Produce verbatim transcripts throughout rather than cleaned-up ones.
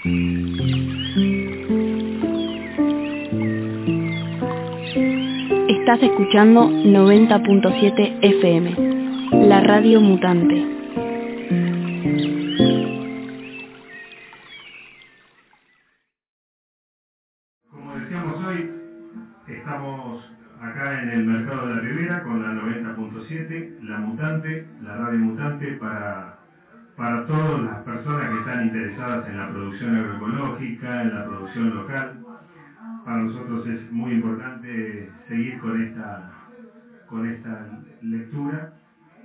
Estás escuchando noventa punto siete F M, la radio mutante. Como decíamos hoy, estamos acá en el Mercado de la Ribera con la noventa punto siete, la mutante, la radio mutante para, para todas las personas que están interesadas en la producción agroecológica, en la producción local. Para nosotros es muy importante seguir con esta, con esta lectura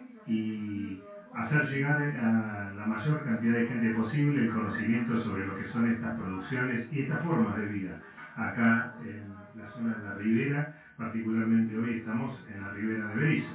y hacer llegar a la mayor cantidad de gente posible el conocimiento sobre lo que son estas producciones y estas formas de vida. Acá en la zona de la Ribera, particularmente hoy estamos en la Ribera de Berisso.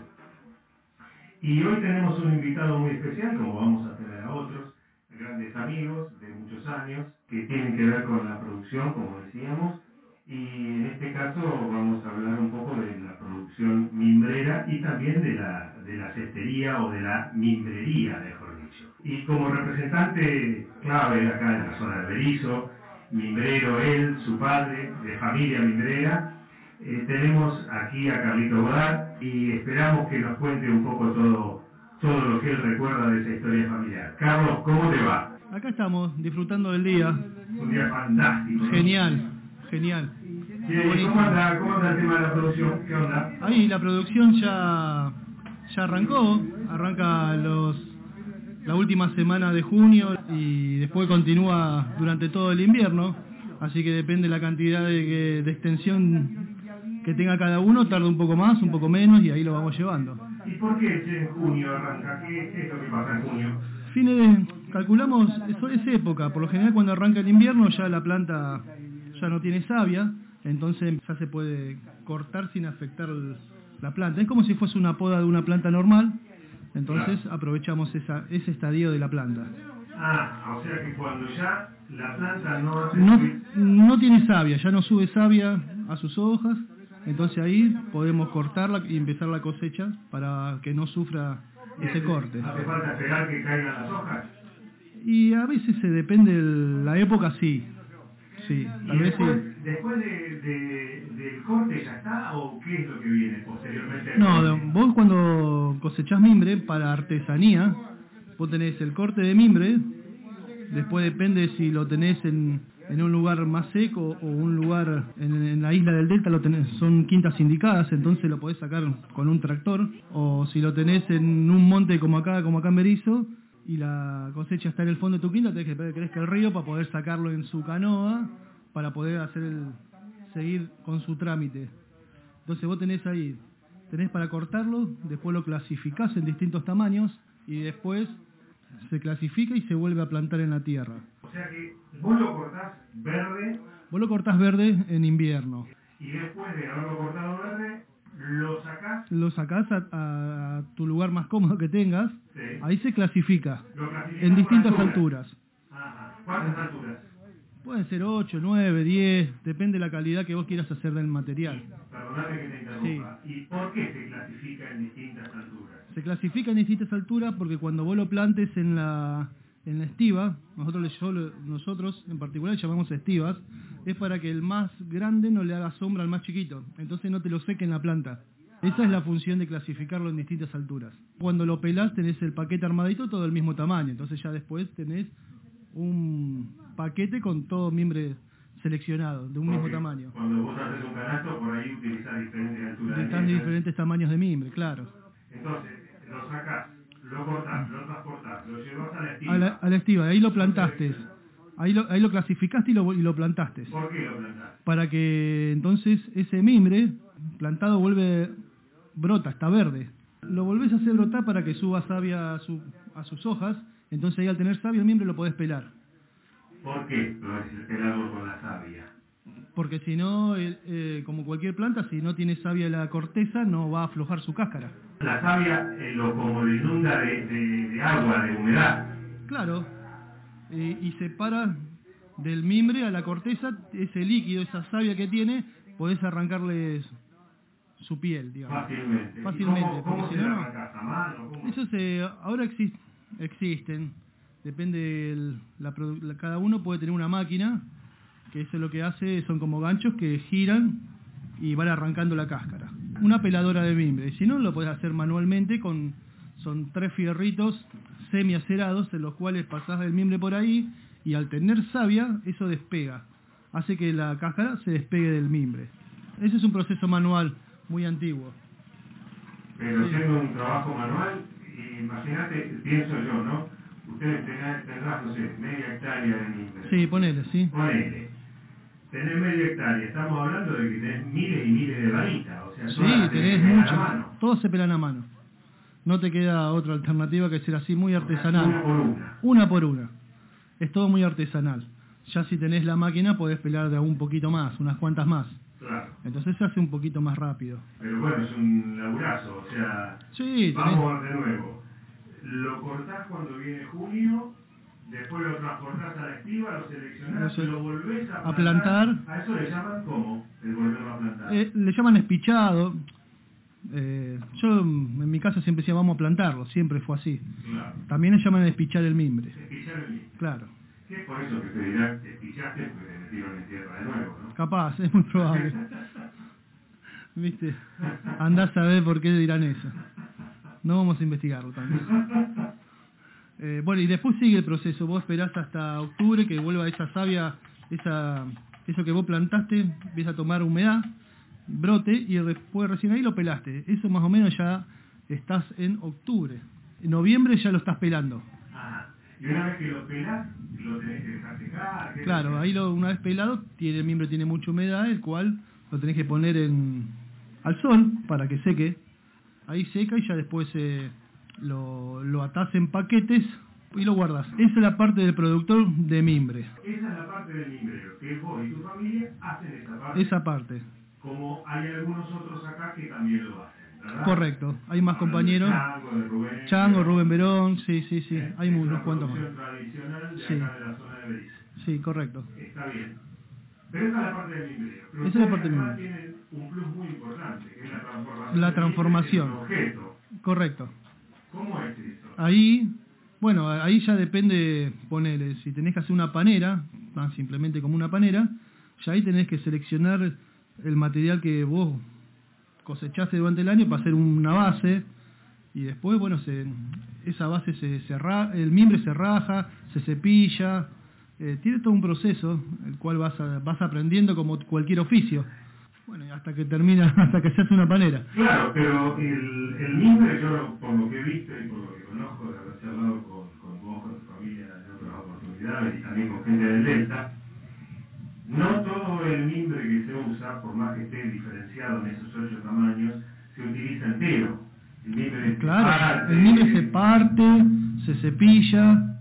Y hoy tenemos un invitado muy especial, como vamos a tener a otros, grandes amigos de muchos años, que tienen que ver con la producción, como decíamos, y en este caso vamos a hablar un poco de la producción mimbrera y también de la, de la cestería o de la mimbrería, mejor dicho. Y como representante clave acá en la zona de Berisso, mimbrero él, su padre, de familia mimbrera, eh, tenemos aquí a Carlito Godard y esperamos que nos cuente un poco todo, todo lo que él recuerda de esa historia familiar. Carlos, ¿cómo te va? Acá estamos, disfrutando del día. Un día fantástico, ¿no? Genial, genial. Bien, ¿cómo anda, ¿Cómo anda el tema de la producción? ¿Qué onda? Ahí la producción ya, ya arrancó, arranca los, la última semana de junio y después continúa durante todo el invierno, así que depende la cantidad de, de extensión que tenga cada uno, tarda un poco más, un poco menos y ahí lo vamos llevando. ¿Y por qué en junio arranca? ¿Qué, qué es lo que pasa en junio? Fines de, calculamos, eso es época, por lo general cuando arranca el invierno ya la planta ya no tiene savia, entonces ya se puede cortar sin afectar la planta. Es como si fuese una poda de una planta normal, entonces aprovechamos esa, ese estadio de la planta. Ah, o sea que cuando ya la planta no hace no, subir... no tiene savia, ya no sube savia a sus hojas, entonces ahí podemos cortarla y empezar la cosecha para que no sufra ese corte. ¿Hace falta esperar que caigan las hojas? Y a veces se depende de la época, sí. Sí, ¿Y después, sí. después de, de, del corte ya está o qué es lo que viene posteriormente? No, vos cuando cosechás mimbre para artesanía, vos tenés el corte de mimbre, después depende si lo tenés en, en un lugar más seco o un lugar en, en la isla del Delta, lo tenés, son quintas indicadas, entonces lo podés sacar con un tractor, o si lo tenés en un monte como acá, como acá en Berisso, y la cosecha está en el fondo de tu quinta, tenés que esperar que crezca el río para poder sacarlo en su canoa, para poder hacer el, seguir con su trámite. Entonces vos tenés ahí, tenés para cortarlo, después lo clasificás en distintos tamaños y después se clasifica y se vuelve a plantar en la tierra. O sea que vos lo cortás verde. Vos lo cortás verde en invierno. Y después de haberlo cortado verde, lo sacás. Lo sacás a, a, a tu lugar más cómodo que tengas. Sí. Ahí se clasifica. Lo en distintas altura. alturas. Ajá. ¿Cuántas alturas? Pueden ser ocho, nueve, diez, depende de la calidad que vos quieras hacer del material. Perdóname que te interrumpa. Sí. ¿Y por qué se clasifica en distintas alturas? Se clasifica en distintas alturas porque cuando vos lo plantes en la en la estiva, nosotros, nosotros en particular le llamamos estivas, es para que el más grande no le haga sombra al más chiquito, entonces no te lo seque en la planta. Esa es la función de clasificarlo en distintas alturas. Cuando lo pelás tenés el paquete armadito todo del mismo tamaño, entonces ya después tenés un paquete con todo mimbre seleccionado, de un Porque mismo tamaño. Cuando vos haces un canasto, por ahí utilizás diferentes alturas. Están de diferentes tamaños de mimbre, claro. Entonces, lo sacás, lo cortás, lo transportás, lo llevas a la estiva. A la, a la estiva, ahí lo plantaste. Ahí lo, ahí lo clasificaste y lo, y lo plantaste. ¿Por qué lo plantaste? Para que entonces ese mimbre plantado vuelve, brota, está verde. Lo volvés a hacer brotar para que suba savia a, su, a sus hojas. Entonces ahí al tener savia el mimbre lo podés pelar. ¿Por qué lo haces pelarlo con la savia? Porque si no, eh, eh, como cualquier planta, si no tiene savia la corteza, no va a aflojar su cáscara. La savia eh, lo como lo inunda de, de, de agua, de humedad. Claro, eh, y separa del mimbre a la corteza ese líquido, esa savia que tiene, podés arrancarle su piel, digamos. Fácilmente. Fácilmente. ¿Cómo, cómo porque se si no, arrancas? ¿A mano? ¿Cómo? Eso se, ahora exi existen depende, el, la, la, cada uno puede tener una máquina, que eso lo que hace son como ganchos que giran y van arrancando la cáscara. Una peladora de mimbre, si no lo podés hacer manualmente, con son tres fierritos semi-acerados en los cuales pasás el mimbre por ahí y al tener savia eso despega, hace que la cáscara se despegue del mimbre. Ese es un proceso manual muy antiguo. Pero siendo un trabajo manual, imagínate, pienso yo, ¿no? Ustedes tendrán, no sé, media hectárea de mimbre. Sí, ponele, sí. Ponele. Tenés media hectárea, estamos hablando de que tenés miles y miles de varitas, o sea, sí, todas tenés pelan mucho, a mano. Todos se pelan a mano. No te queda otra alternativa que ser así, muy artesanal. Una por una. Una por una. Es todo muy artesanal. Ya si tenés la máquina podés pelar de un poquito más, unas cuantas más. Claro. Entonces se hace un poquito más rápido. Pero bueno, es un laburazo, o sea, sí, vamos tenés... de nuevo. Lo cortás cuando viene junio, después lo transportás a la estiva, lo seleccionás, lo, lo volvés a plantar. a plantar. ¿A eso le llaman cómo? El volverlo a plantar. Eh, le llaman espichado. Eh, yo en mi casa siempre decía vamos a plantarlo, siempre fue así. Claro. También le llaman espichar el mimbre. Espichar el mimbre. Claro. Que es por eso que te dirán espichaste porque te metieron en tierra de nuevo, ¿no? Capaz, es muy probable. ¿Viste? Andás a ver por qué dirán eso. No vamos a investigarlo también. Eh, bueno, y después sigue el proceso. Vos esperás hasta octubre que vuelva esa savia, esa, eso que vos plantaste, empieza a tomar humedad, brote, y después recién ahí lo pelaste. Eso más o menos ya estás en octubre. En noviembre ya lo estás pelando. Ah, y una vez que lo pelás, lo tenés que dejar secar. Claro, ahí lo, una vez pelado, tiene, el mimbre tiene mucha humedad, el cual lo tenés que poner en al sol para que seque. Ahí seca y ya después eh, lo, lo atás en paquetes y lo guardas. Esa es la parte del productor de mimbre. Esa es la parte del mimbrero, que vos y tu familia hacen esa parte. Esa parte. Como hay algunos otros acá que también lo hacen, ¿verdad? Correcto, hay más compañeros. De Chango, de Rubén. Chango, Rubén Verón, sí, sí, sí, ¿Eh? hay unos cuantos más. Es una producción tradicional de sí. acá de la zona de Berice. Sí, correcto. Está bien. Pero esa es la parte del mimbrero. Pero esa es la parte del mimbrero. Tienen un plus muy importante, que es la transformación. La transformación. Del objeto. Correcto. ¿Cómo es esto? Ahí, bueno, ahí ya depende, ponele, si tenés que hacer una panera, tan simplemente como una panera, ya ahí tenés que seleccionar el material que vos cosechaste durante el año para hacer una base, y después, bueno, se, esa base se, se ra, el mimbre se raja, se cepilla, eh, tiene todo un proceso, el cual vas, a, vas aprendiendo como cualquier oficio. Bueno, hasta que termina, hasta que se hace una panera. Claro, pero el, el mimbre, yo por lo que he visto y por lo que conozco de haber charlado con, con vos, con tu familia en otras oportunidades y también con gente del Delta, no todo el mimbre que se usa, por más que esté diferenciado en esos ocho tamaños, se utiliza entero. El mimbre claro, se parte, el mimbre se parte, se cepilla,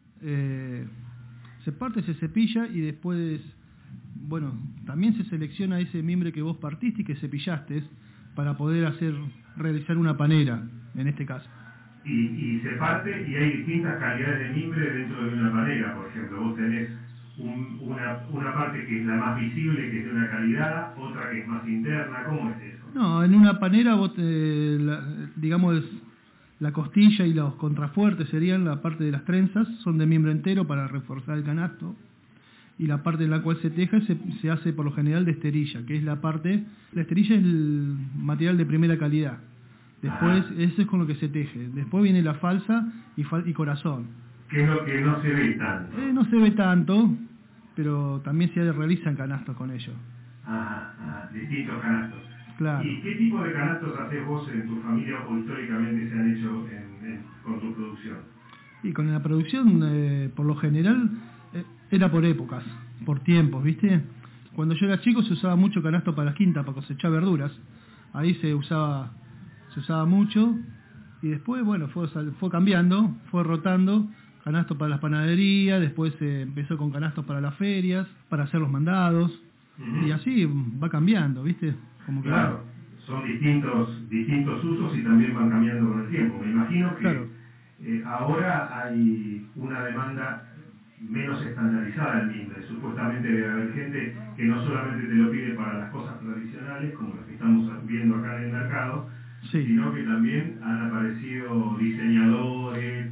eh, se parte, se cepilla y después... Bueno, también se selecciona ese mimbre que vos partiste y que cepillaste para poder hacer realizar una panera, en este caso. Y, y se parte y hay distintas calidades de mimbre dentro de una panera. Por ejemplo, vos tenés un, una, una parte que es la más visible, que es de una calidad, otra que es más interna. ¿Cómo es eso? No, en una panera vos, te, la, digamos, la costilla y los contrafuertes serían la parte de las trenzas, son de mimbre entero para reforzar el canasto. Y la parte en la cual se teja se, se hace por lo general de esterilla, que es la parte... La esterilla es el material de primera calidad. Después, ah. eso es con lo que se teje. Después viene la falsa y, fal, y corazón. Que es lo que no se ve tanto. Eh, no se ve tanto, pero también se realizan canastos con ello. Ah, ah, distintos canastos. Claro. ¿Y qué tipo de canastos haces vos en tu familia o históricamente se han hecho en, en, con tu producción? Y con la producción, eh, por lo general... Era por épocas, por tiempos, ¿viste? Cuando yo era chico se usaba mucho canasto para las quintas, para cosechar verduras. Ahí se usaba se usaba mucho y después, bueno, fue, fue cambiando, fue rotando. Canasto para las panaderías, después se empezó con canastos para las ferias, para hacer los mandados. Uh-huh. Y así va cambiando, ¿viste? Como que claro, va. Son distintos, distintos usos y también van cambiando con el tiempo. Me imagino que claro. eh, ahora hay una demanda menos estandarizada el mimbre. Supuestamente debe haber gente que no solamente te lo pide para las cosas tradicionales, como las que estamos viendo acá en el mercado, sí. sino que también han aparecido diseñadores, eh,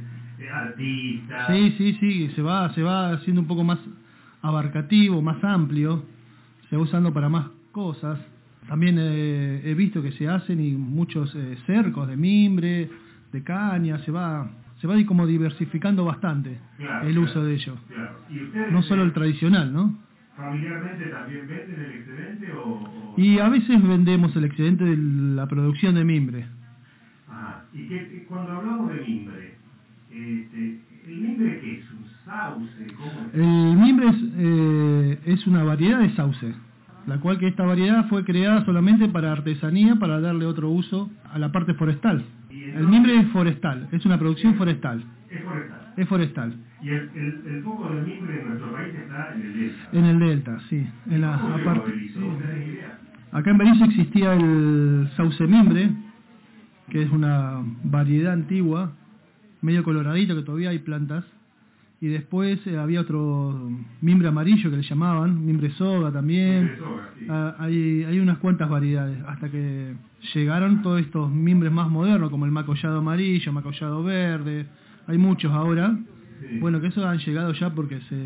artistas. Sí, sí, sí, se va, se va haciendo un poco más abarcativo, más amplio, se va usando para más cosas. También eh, he visto que se hacen y muchos eh, cercos de mimbre, de caña, se va se va como diversificando bastante claro, el claro, uso de ellos. Claro. ¿Y ustedes, no solo el tradicional, ¿no? familiarmente también venden el excedente o, o...? Y a veces vendemos el excedente de la producción de mimbre. Ajá. ¿Y qué, cuando hablamos de mimbre, este, el mimbre qué es? ¿Un sauce? ¿Cómo es? El mimbre es, eh, es una variedad de sauce, la cual que esta variedad fue creada solamente para artesanía, para darle otro uso a la parte forestal. El mimbre es forestal, es una producción forestal. Es forestal. Es forestal. Y el, el, el foco del mimbre en nuestro país está en el delta. En el delta, sí. En la, ¿Cómo aparte, llegó Berisso? ¿No tenés idea? acá en Berisso existía el sauce mimbre, que es una variedad antigua, medio coloradito, que todavía hay plantas. Y después eh, había otro mimbre amarillo que le llamaban, mimbre soga también. Mimbre soga, sí. Ah, hay, hay unas cuantas variedades, hasta que llegaron todos estos mimbres más modernos, como el macollado amarillo, macollado verde. Hay muchos ahora. Sí. Bueno, que esos han llegado ya porque se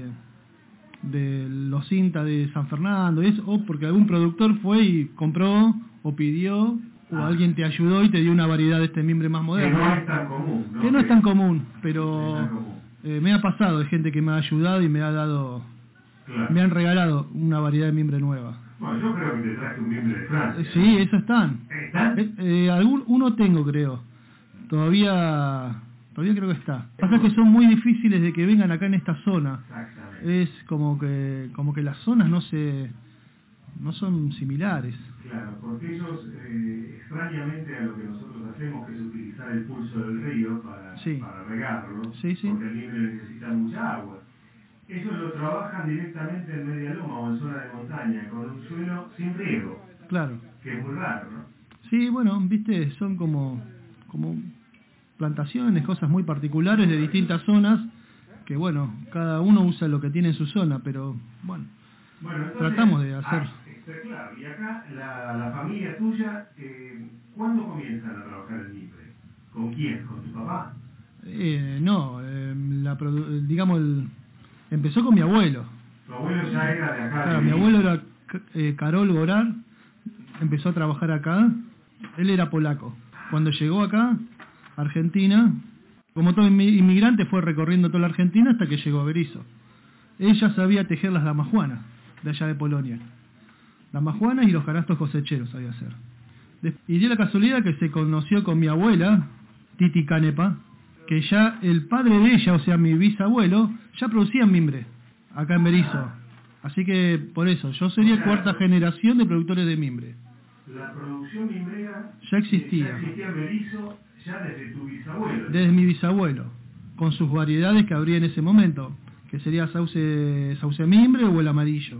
de los cintas de San Fernando, y eso, o porque algún productor fue y compró o pidió, o Ah. alguien te ayudó y te dio una variedad de este mimbre más Que moderno. no es tan común, ¿no? Que no es tan común, No pero es tan común. eh, me ha pasado de gente que me ha ayudado y me ha dado, Claro. me han regalado una variedad de mimbre nueva. Bueno, yo creo que te traje un mimbre de Francia. Eh, sí, eso están. ¿Están? Eh, eh, algún, uno tengo, creo. Todavía, todavía creo que está. Pasa que son muy difíciles de que vengan acá en esta zona. Exactamente. Es como que, como que las zonas no se, no son similares. Claro, porque ellos, eh, extrañamente a lo que nosotros hacemos, que es utilizar el pulso del río para, Sí. para regarlo, Sí, sí. porque el mimbre necesita mucha agua. Ellos lo trabajan directamente en media loma o en zona de montaña, con un suelo sin riego, Claro. que es muy raro, ¿no? Sí, bueno, viste, son como, como plantaciones, cosas muy particulares de distintas zonas, que bueno, cada uno usa lo que tiene en su zona, pero bueno, Bueno, entonces, tratamos de hacer. Ah, está claro. Y acá, la, la familia tuya, eh, ¿cuándo comienzan a trabajar el mimbre? ¿Con quién? ¿Con tu papá? Eh, no, eh, la produ- digamos, el, empezó con mi abuelo. Tu abuelo ya era de acá. Claro, de mi Berisso. abuelo era eh, Karol Gorar, empezó a trabajar acá, él era polaco. Cuando llegó acá, a Argentina, como todo inmi- inmigrante, fue recorriendo toda la Argentina hasta que llegó a Berisso. Ella sabía tejer las damajuanas, de allá de Polonia. Damajuanas y los canastos cosecheros sabía hacer. Des- Y dio la casualidad que se conoció con mi abuela, Titi Canepa, que ya el padre de ella, o sea mi bisabuelo, ya producía mimbre, acá en Berisso. Así que por eso, yo sería cuarta generación de productores de mimbre. La producción mimbrera Ya existía. ya existía en Berisso ya desde tu bisabuelo. Desde mi bisabuelo, con sus variedades que habría en ese momento, que sería sauce, sauce mimbre o el amarillo.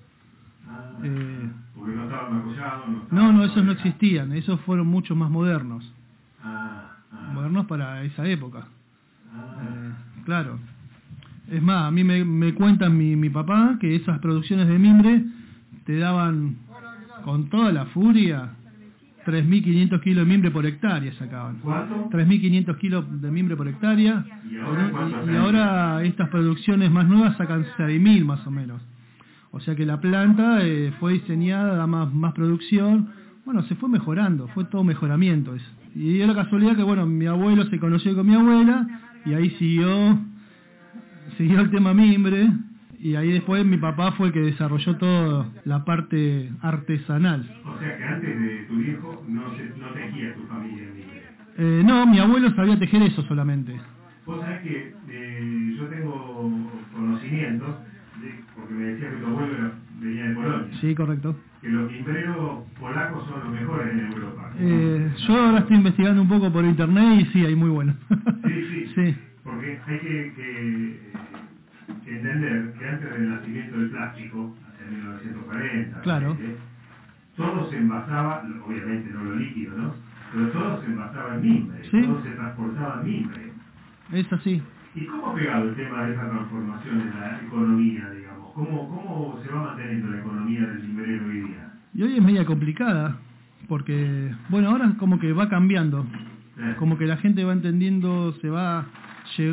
Ah, Eh, porque no estaban macollados. No, no, no, esos no existían, esos fueron mucho más modernos, Ah, ah, modernos para esa época. ah. Eh, claro. Es más, a mí me, me cuentan mi, mi papá que esas producciones de mimbre te daban, con toda la furia, tres mil quinientos kilos de mimbre por hectárea sacaban. ¿Cuánto? tres mil quinientos kilos de mimbre por hectárea. ¿Y ahora cuánto Y, hacen? y ahora estas producciones más nuevas sacan seis mil más o menos. O sea que la planta eh, fue diseñada, da más, más producción. Bueno, se fue mejorando, fue todo mejoramiento eso. Y dio la casualidad que, bueno, mi abuelo se conoció con mi abuela y ahí siguió, siguió el tema mimbre. Y ahí después mi papá fue el que desarrolló toda la parte artesanal. O sea que antes de tu viejo no, se, no tejía tu familia el mimbre. Eh, no, mi abuelo sabía tejer eso solamente. Vos sabés que eh, yo tengo conocimientos, de, porque me decía que tu abuelo era, venía de Polonia, Sí, correcto. que los mimbreros polacos son los mejores en Europa. Eh, yo ahora estoy investigando un poco por internet y sí, hay muy bueno. Sí, sí, Sí, porque hay que, que, que entender que antes del nacimiento del plástico, hacia mil novecientos cuarenta, Claro. ¿sí? Todo se envasaba, obviamente no lo líquido, ¿no? Pero todo se envasaba en mimbre, Sí. todo se transportaba en mimbre. es así. ¿Y cómo ha pegado el tema de esa transformación en la economía, digamos? ¿Cómo, cómo se va manteniendo la economía del mimbrero hoy día? Y hoy es media complicada, porque, bueno, ahora como que va cambiando. Eh, Como que la gente va entendiendo, se va lle-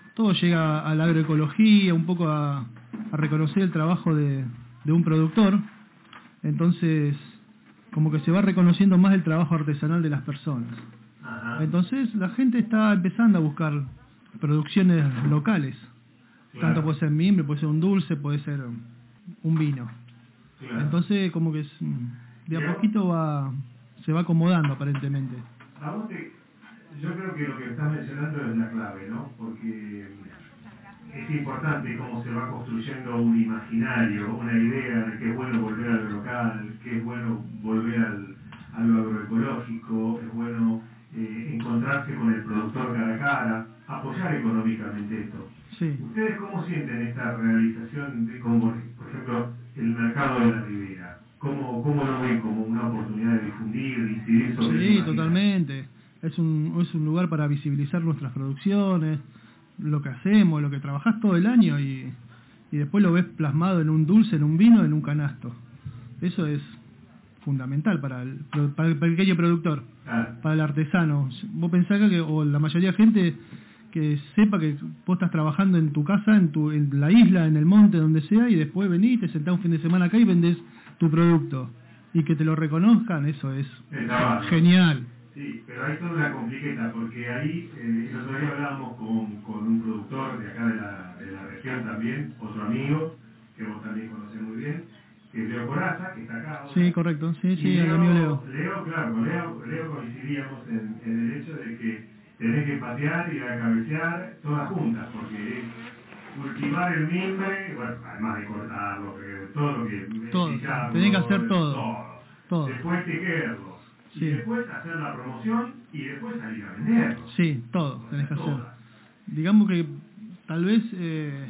todo llega a la agroecología, un poco a, a reconocer el trabajo de, de un productor. Entonces, como que se va reconociendo más el trabajo artesanal de las personas. Ajá. Entonces, la gente está empezando a buscar producciones locales. Claro. Tanto puede ser mimbre, puede ser un dulce, puede ser un vino. Claro. Entonces, como que es, de a poquito va, se va acomodando aparentemente. A vos te, yo creo que lo que estás mencionando es la clave, ¿no? Porque es importante cómo se va construyendo un imaginario, una idea de que es bueno volver a lo local, que es bueno volver al, a lo agroecológico, es bueno eh, encontrarse con el productor cara a cara, apoyar económicamente esto. Sí. ¿Ustedes cómo sienten esta realización de cómo, por ejemplo, el mercado de la Ribera? ¿Cómo, cómo lo ven? ¿Como una oportunidad de difundir, de incidir sobre Sí, eso? totalmente. Es un, es un lugar para visibilizar nuestras producciones, lo que hacemos, lo que trabajás todo el año y, y después lo ves plasmado en un dulce, en un vino, en un canasto. Eso es fundamental para el, para el pequeño productor, Ah. para el artesano. Vos pensás que, o la mayoría de gente que sepa que vos estás trabajando en tu casa, en, tu, en la isla, en el monte, donde sea, y después venís, te sentás un fin de semana acá y vendés tu producto. Y que te lo reconozcan, eso es genial. Sí, pero hay toda una compliqueta, porque ahí, eh, el otro día hablábamos con, con un productor de acá de la, de la región también, otro amigo, que vos también conocés muy bien, que es Leo Coraza, que está acá ahora. Sí, correcto, sí, sí, Leo, el amigo Leo. Leo, claro, con Leo, Leo coincidíamos en, en el hecho de que tenés que patear y cabecear todas juntas, porque cultivar el mimbre, bueno, además de cortarlo, todo lo que... Todo, tenés que hacer todo. todo. todo. Después tejerlo. Sí. Y después hacer la promoción y después salir a venderlo. Sí, todo tenés que hacer. Todas. Digamos que tal vez eh,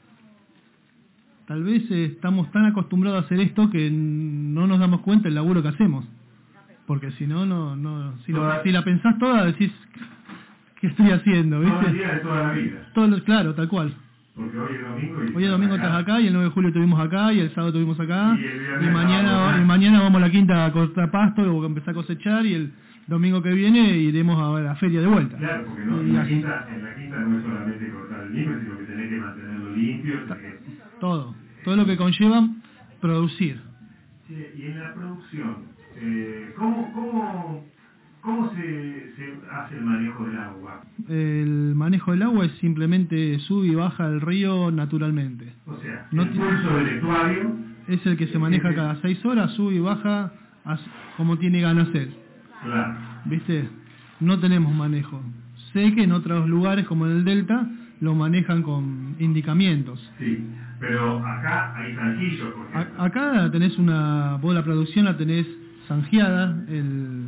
tal vez eh, estamos tan acostumbrados a hacer esto que no nos damos cuenta del laburo que hacemos. Porque si no, no, no si, lo, si la pensás toda, decís, ¿qué estoy haciendo? ¿Viste? Todo el día de toda la vida. Todo lo, claro, tal cual. Porque hoy es domingo y... Hoy es domingo estás acá, y el nueve de julio estuvimos acá, y el sábado estuvimos acá, Y el viernes y mañana, vamos, y mañana vamos a la quinta a cortar pasto, o a empezar a cosechar, y el domingo que viene iremos a la feria de vuelta. Claro, porque no, en, la quinta, en la quinta no es solamente cortar el mimbre, sino que tenés que mantenerlo limpio. Que... Todo, todo lo que conlleva producir. Sí, y en la producción, eh, ¿cómo, cómo, cómo se, se hace el manejo del agua? El manejo del agua es simplemente sube y baja el río naturalmente. O sea, no el pulso del estuario... Es el que se maneja cada seis horas, sube y baja como tiene ganas él. Claro. ¿Viste? No tenemos manejo. Sé que en otros lugares, como en el Delta, lo manejan con indicamientos. Sí, pero acá hay zanjillos, por ejemplo. A, acá tenés una... Vos la producción la tenés zanjeada, el,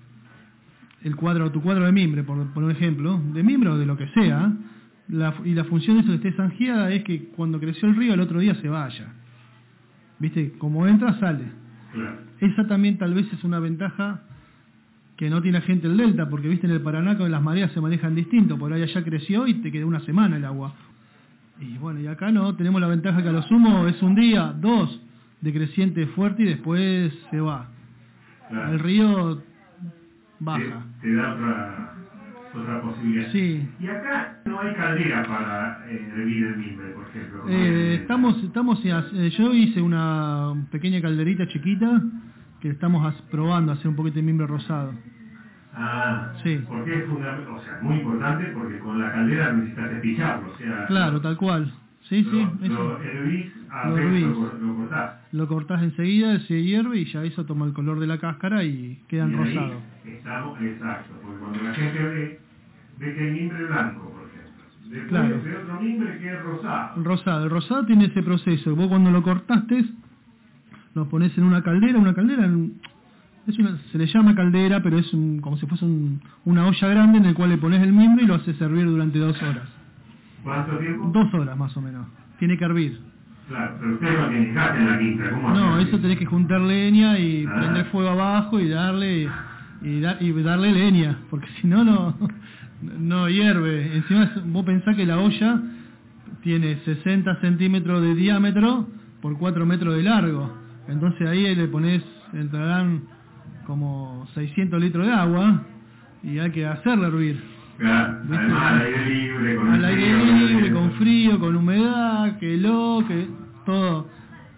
el cuadro, tu cuadro de mimbre, por, por un ejemplo, de mimbre o de lo que sea, la, y la función de eso que esté zanjeada es que cuando creció el río el otro día se vaya. ¿Viste? Como entra, sale. Claro. Esa también tal vez es una ventaja que no tiene la gente del Delta, porque viste en el Paraná con las mareas se manejan distinto, por ahí allá creció y te quedó una semana el agua. Y bueno, y acá no, tenemos la ventaja que a lo sumo es un día, dos, de creciente fuerte y después se va. Claro. El río baja. Te, te da otra, otra posibilidad. Sí. Y acá no hay caldera para eh, hervir el mimbre, por ejemplo. Eh, estamos, estamos, eh, yo hice una pequeña calderita chiquita que estamos probando hacer un poquito de mimbre rosado. Ah, sí. Porque es fundamental, o sea, muy importante porque con la caldera necesitas despicharlo, o sea... Claro, tal cual. Sí, lo, sí. Lo hervís, a lo, hervís. Lo, lo cortás. Lo cortás enseguida, se hierve y ya eso toma el color de la cáscara y quedan y rosados. Estamos, exacto, porque cuando la gente ve, ve que hay mimbre blanco, por ejemplo. Después claro. ve otro mimbre que es rosado. Rosado. El rosado tiene ese proceso. Vos cuando lo cortaste, lo pones en una caldera, una caldera... Es una, se le llama caldera, pero es un, como si fuese un, una olla grande en el cual le pones el mimbre y lo haces hervir durante dos horas. ¿Cuánto tiempo? Dos horas más o menos. Tiene que hervir. Claro, pero usted no tiene gas en la quinta. ¿Cómo no, eso tenés que juntar leña y ah. prender fuego abajo y darle y, da, y darle leña, porque si no, no no hierve. Encima vos pensás que la olla tiene sesenta centímetros de diámetro por cuatro metros de largo. Entonces ahí le pones, entrarán como seiscientos litros de agua y hay que hacerla hervir. Claro, además al aire libre, con al aire frío, libre, con frío, con humedad, que lo, que todo,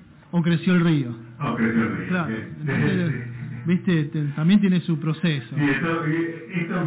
o creció el río. Oh, creció el río. Claro, Sí. entonces, Sí. viste, te, también tiene su proceso. Sí, esto, esto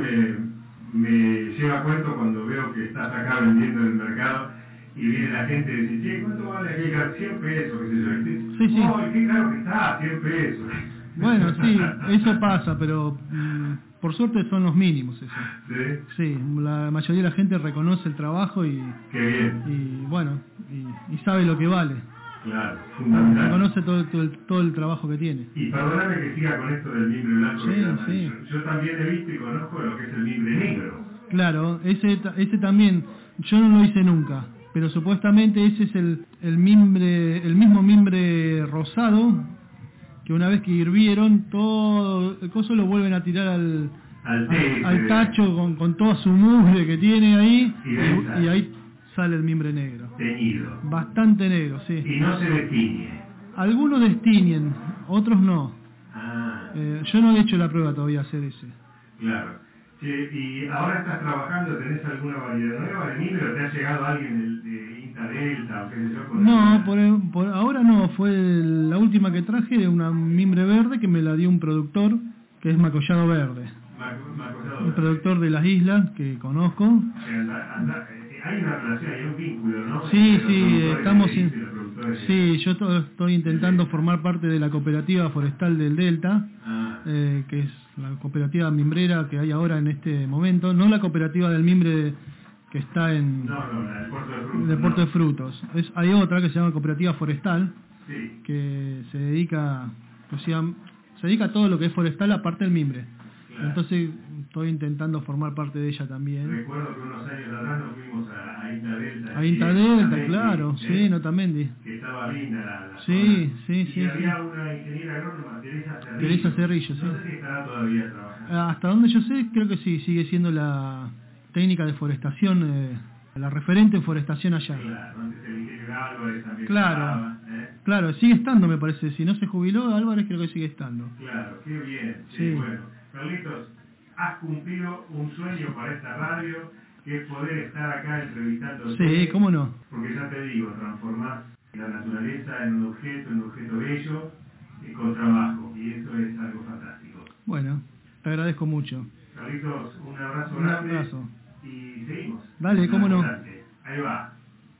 me, me lleva a cuento cuando veo que estás acá vendiendo en el mercado y viene la gente y dice, che, ¿cuánto vale aquí? cien pesos, qué sé yo. Y Sí, sí. oh, qué caro que está, cien pesos. Bueno, sí, eso pasa, pero mmm, por suerte son los mínimos eso. ¿Sí? Sí, la mayoría de la gente reconoce el trabajo y, Qué bien. y bueno, y, y sabe lo que vale. Claro, fundamental. Reconoce todo, todo, el, todo el trabajo que tiene. Y perdóname que siga con esto del mimbre blanco Sí, y el amarillo. sí. Yo también he visto y conozco lo que es el mimbre negro. Claro, ese, ese también, yo no lo hice nunca, pero supuestamente ese es el, el mimbre, el mismo mimbre rosado, que una vez que hirvieron, todo el coso lo vuelven a tirar al, Al, al, al tacho con, con toda su mugre que tiene ahí, Y de ahí sale. y, y ahí sale el mimbre negro. Teñido. Bastante negro, sí. Y no se destiñe. Algunos destiñen, otros no. Ah, Eh, yo no he hecho la prueba todavía hacer ese. claro. Che, y ahora estás trabajando, ¿tenés alguna variedad nueva de mimbre o te ha llegado alguien de, de Inta Delta o qué sé yo? Con No, alguna- por, por ahora no, fue la última que traje de una mimbre verde que me la dio un productor que es Macollado Verde. Marco- Marco Sado. Un productor de las islas que conozco. Que anda- anda- eh, hay una relación, hay un vínculo, ¿no? Sí, Entre los sí, productores estamos de in- isla y los productores de- Sí, yo to- estoy intentando formar parte de la cooperativa forestal del Delta, Ah, eh, que es la cooperativa mimbrera que hay ahora en este momento, no la cooperativa del mimbre que está en no, no, la del puerto de frutos. el puerto no. de frutos. Es, hay otra que se llama cooperativa forestal, Sí, que se dedica, o sea, se dedica a todo lo que es forestal aparte del mimbre. claro. Entonces estoy intentando formar parte de ella también. Recuerdo que unos años atrás nos fuimos a, a Inta Delta. A Inta y- Delta, Notamendi, claro, ¿eh? sí, Notamendi. Que estaba linda la, la Sí, zona. sí, y sí, que sí. había una ingeniera agrónoma, Teresa Cerrillo. Teresa Cerrillo, sí. No sé si estará todavía trabajando. Hasta donde yo sé, creo que sí, sigue siendo la técnica de forestación, eh, la referente en forestación allá. Claro, antes el ingeniero Álvarez también Claro. estaba, ¿eh? Claro, sigue estando, me parece. Si no se jubiló, Álvarez creo que sigue estando. Claro, qué bien. Sí, Sí. bueno. Carlitos, has cumplido un sueño para esta radio, que es poder estar acá entrevistándote. Sí, cómo no. Porque ya te digo, transformar la naturaleza en un objeto, en un objeto bello, y con trabajo. Y eso es algo fantástico. Bueno, te agradezco mucho. Carlitos, un abrazo Un grande. abrazo. Y seguimos. Dale, cómo no. Adelante. Ahí va.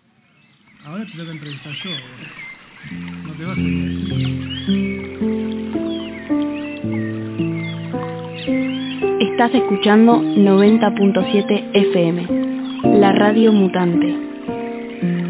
Ahora te toca entrevistar yo. No te vas a ir. Estás escuchando noventa punto siete F M, la radio mutante.